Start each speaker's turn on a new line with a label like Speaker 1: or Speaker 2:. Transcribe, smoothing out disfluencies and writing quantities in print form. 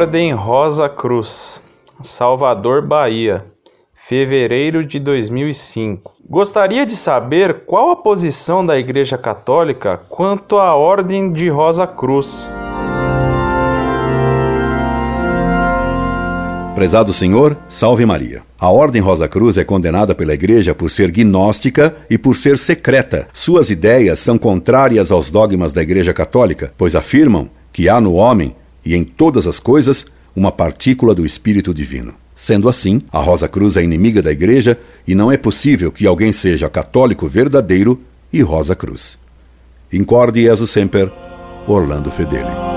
Speaker 1: Ordem Rosa Cruz, Salvador, Bahia, fevereiro de 2005. Gostaria de saber qual a posição da Igreja Católica quanto à Ordem de Rosa Cruz.
Speaker 2: Prezado Senhor, salve Maria. A Ordem Rosa Cruz é condenada pela Igreja por ser gnóstica e por ser secreta. Suas ideias são contrárias aos dogmas da Igreja Católica, pois afirmam que há no homem e em todas as coisas uma partícula do Espírito Divino. Sendo assim, a Rosa Cruz é inimiga da Igreja e não é possível que alguém seja católico verdadeiro e Rosa Cruz. Incorde Jesus Semper, Orlando Fedeli.